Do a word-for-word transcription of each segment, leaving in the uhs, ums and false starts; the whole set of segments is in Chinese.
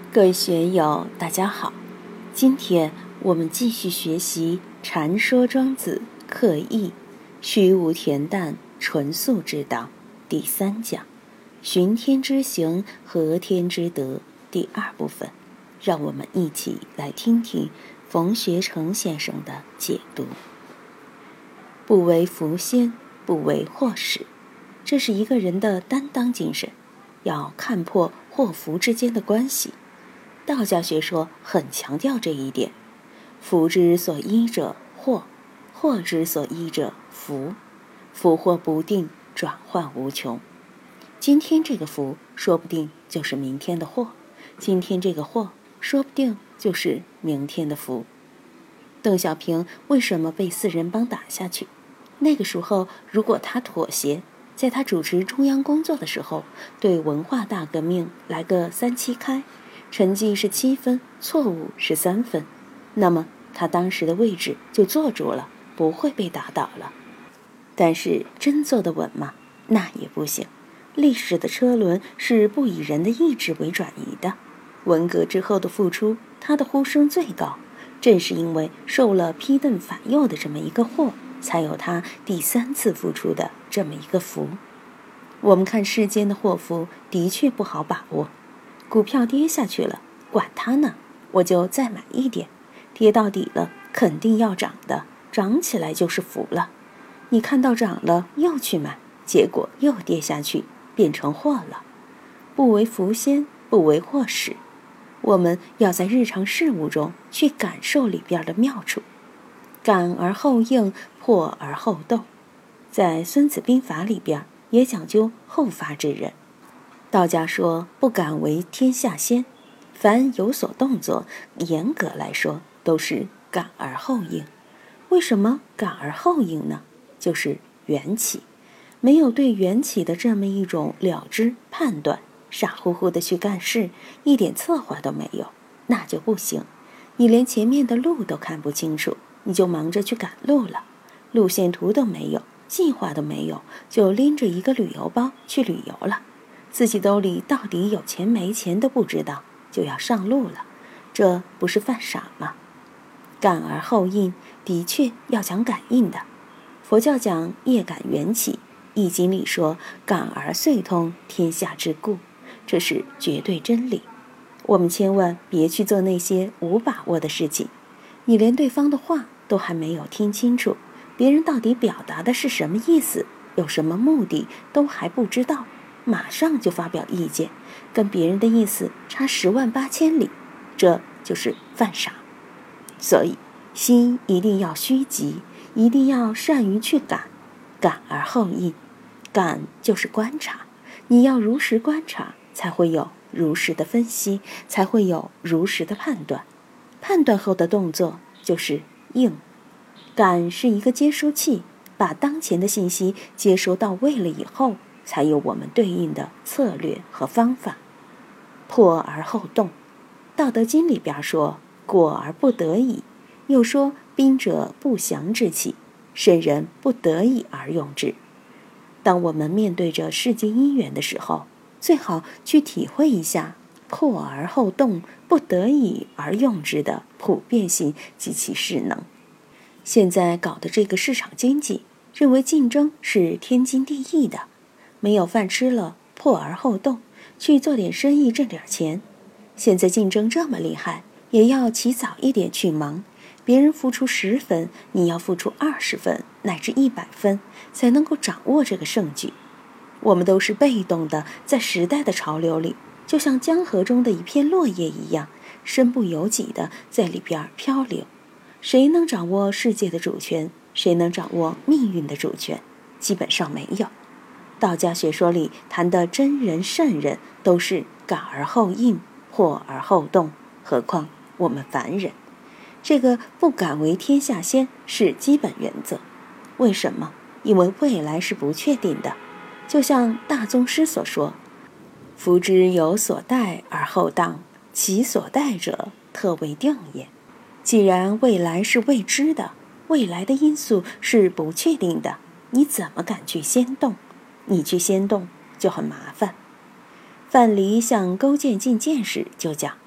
各位学友大家好，今天我们继续学习禅说庄子刻意虚无恬淡纯素之道第三讲，寻天之行合天之德第二部分。让我们一起来听听冯学成先生的解读。不为福先，不为祸始，这是一个人的担当精神，要看破祸福之间的关系。道家学说很强调这一点，福之所依者祸，祸之所依者福，福祸不定，转换无穷。今天这个福说不定就是明天的祸，今天这个祸说不定就是明天的福。邓小平为什么被四人帮打下去？那个时候如果他妥协，在他主持中央工作的时候，对文化大革命来个三七开，成绩是七分，错误是三分，那么他当时的位置就坐住了，不会被打倒了。但是真坐得稳吗？那也不行。历史的车轮是不以人的意志为转移的。文革之后的复出，他的呼声最高，正是因为受了批邓反右的这么一个祸，才有他第三次复出的这么一个福。我们看世间的祸福的确不好把握，股票跌下去了，管它呢，我就再买一点，跌到底了肯定要涨的，涨起来就是福了。你看到涨了又去买，结果又跌下去，变成祸了。不为福先，不为祸始。我们要在日常事物中去感受里边的妙处，感而后应，破而后动。在《孙子兵法》里边也讲究后发制人。道家说不敢为天下先，凡有所动作，严格来说都是感而后应。为什么感而后应呢？就是缘起，没有对缘起的这么一种了知判断，傻乎乎的去干事，一点策划都没有，那就不行。你连前面的路都看不清楚，你就忙着去赶路了，路线图都没有，计划都没有，就拎着一个旅游包去旅游了，自己兜里到底有钱没钱都不知道，就要上路了，这不是犯傻吗？感而后应，的确要讲感应的。佛教讲业感缘起，易经里说感而遂通天下之固，这是绝对真理。我们千万别去做那些无把握的事情，你连对方的话都还没有听清楚，别人到底表达的是什么意思，有什么目的都还不知道，马上就发表意见，跟别人的意思差十万八千里，这就是犯傻。所以心一定要虚极，一定要善于去感，感而后应。感就是观察，你要如实观察，才会有如实的分析，才会有如实的判断。判断后的动作就是应。感是一个接收器，把当前的信息接收到位了以后，才有我们对应的策略和方法。破而后动，道德经里边说果而不得已，又说兵者不祥之器，圣人不得已而用之。当我们面对着世间因缘的时候，最好去体会一下破而后动，不得已而用之的普遍性及其势能。现在搞的这个市场经济，认为竞争是天经地义的，没有饭吃了，破而后动，去做点生意挣点钱。现在竞争这么厉害，也要起早一点去忙，别人付出十分，你要付出二十分乃至一百分，才能够掌握这个盛举。我们都是被动的，在时代的潮流里，就像江河中的一片落叶一样，身不由己的在里边漂流。谁能掌握世界的主权？谁能掌握命运的主权？基本上没有。道家学说里谈的真人圣人，都是感而后应，破而后动，何况我们凡人？这个不敢为天下先是基本原则。为什么？因为未来是不确定的。就像大宗师所说，夫之有所待而后当，其所待者特未定也。既然未来是未知的，未来的因素是不确定的，你怎么敢去先动？你去先动就很麻烦。范蠡向勾践进谏时就讲，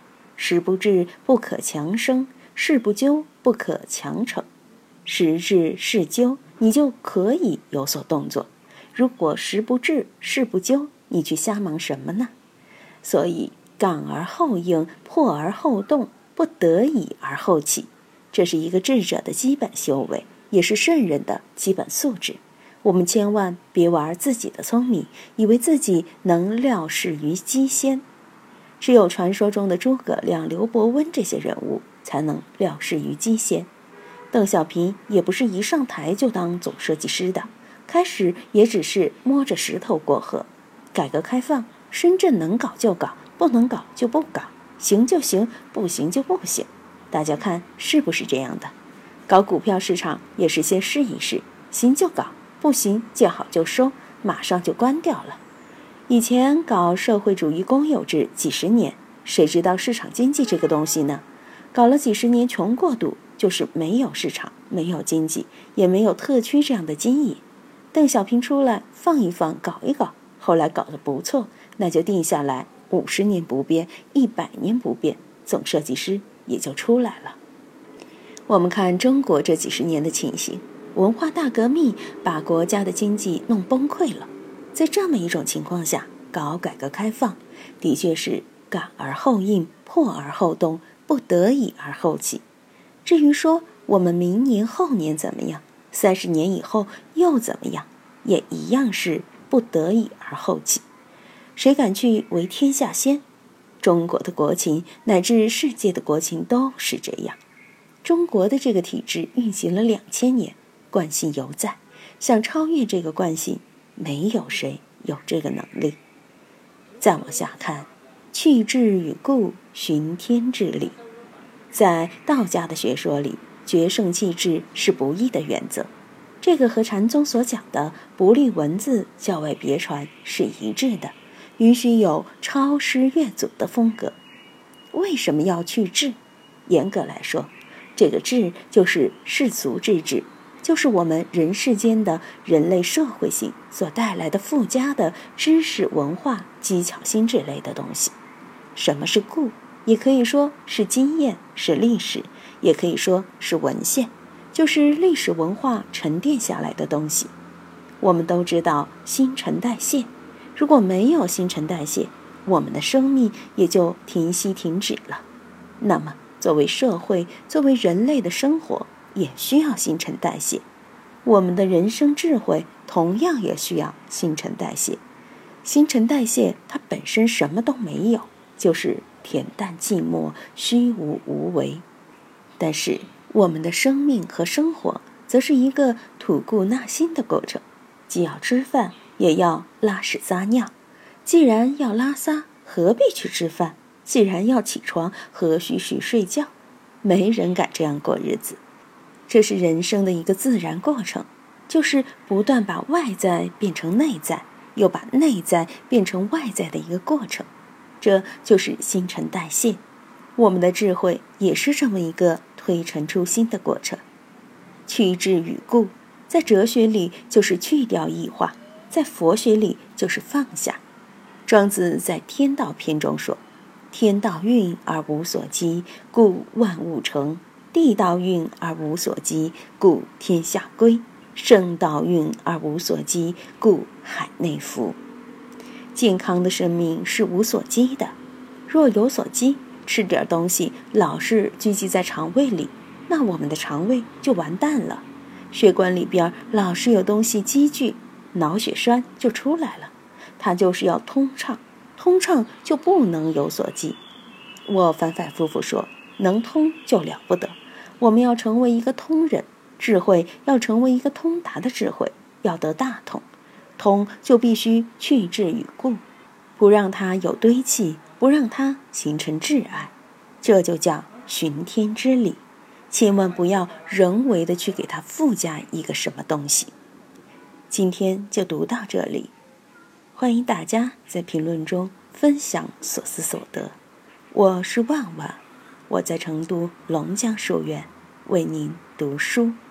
时不至，不可强生；事不究，不可强成。时至事究，你就可以有所动作。如果时不至，事不究，你去瞎忙什么呢？所以感而后应，迫而后动，不得已而后起，这是一个智者的基本修为，也是圣人的基本素质。我们千万别玩自己的聪明，以为自己能料事于机先。只有传说中的诸葛亮、刘伯温这些人物才能料事于机先。邓小平也不是一上台就当总设计师的，开始也只是摸着石头过河。改革开放，深圳能搞就搞，不能搞就不搞，行就行，不行就不行。大家看是不是这样的？搞股票市场也是先试一试，行就搞，不行见好就收，马上就关掉了。以前搞社会主义公有制几十年，谁知道市场经济这个东西呢？搞了几十年穷过度，就是没有市场，没有经济，也没有特区这样的经营。邓小平出来放一放，搞一搞，后来搞得不错，那就定下来五十年不变，一百年不变，总设计师也就出来了。我们看中国这几十年的情形，文化大革命把国家的经济弄崩溃了。在这么一种情况下，搞改革开放，的确是感而后应，迫而后动，不得已而后起。至于说我们明年后年怎么样，三十年以后又怎么样，也一样是不得已而后起。谁敢去为天下先？中国的国情乃至世界的国情都是这样。中国的这个体制运行了两千年，惯性犹在，想超越这个惯性，没有谁有这个能力。再往下看，去智与故，循天之理。在道家的学说里，决胜气质是不易的原则，这个和禅宗所讲的不立文字，教外别传是一致的，允许有超师越祖的风格。为什么要去智？严格来说，这个智就是世俗之智，就是我们人世间的人类社会性所带来的附加的知识、文化、技巧、心智类的东西。什么是故？也可以说是经验，是历史，也可以说是文献，就是历史文化沉淀下来的东西。我们都知道新陈代谢，如果没有新陈代谢，我们的生命也就停息停止了。那么作为社会，作为人类的生活，也需要新陈代谢。我们的人生智慧同样也需要新陈代谢。新陈代谢它本身什么都没有，就是恬淡寂寞，虚无无为。但是我们的生命和生活则是一个吐故纳新的过程，既要吃饭，也要拉屎撒尿。既然要拉撒，何必去吃饭？既然要起床，何须去睡觉？没人敢这样过日子。这是人生的一个自然过程，就是不断把外在变成内在，又把内在变成外在的一个过程。这就是新陈代谢。我们的智慧也是这么一个推陈出新的过程。去智与故，在哲学里就是去掉异化，在佛学里就是放下。庄子在《天道篇》中说，天道运而无所积，故万物成；地道运而无所积，故天下归；圣道运而无所积，故海内服。健康的生命是无所积的，若有所积，吃点东西老是聚集在肠胃里，那我们的肠胃就完蛋了。血管里边老是有东西积聚，脑血栓就出来了。它就是要通畅，通畅就不能有所积。我反反复复说，能通就了不得。我们要成为一个通人，智慧要成为一个通达的智慧，要得大通。通就必须去智与故，不让它有堆砌，不让它形成挚爱，这就叫循天之理。千万不要人为的去给它附加一个什么东西。今天就读到这里，欢迎大家在评论中分享所思所得。我是万万，我在成都龙江书院为您读书。